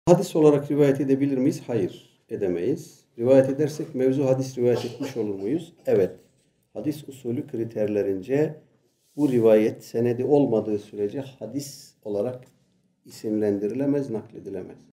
Hadis olarak rivayet edebilir miyiz? Hayır, edemeyiz. Rivayet edersek mevzu hadis rivayet etmiş olur muyuz? Evet. Hadis usulü kriterlerince bu rivayet senedi olmadığı sürece hadis olarak isimlendirilemez, nakledilemez.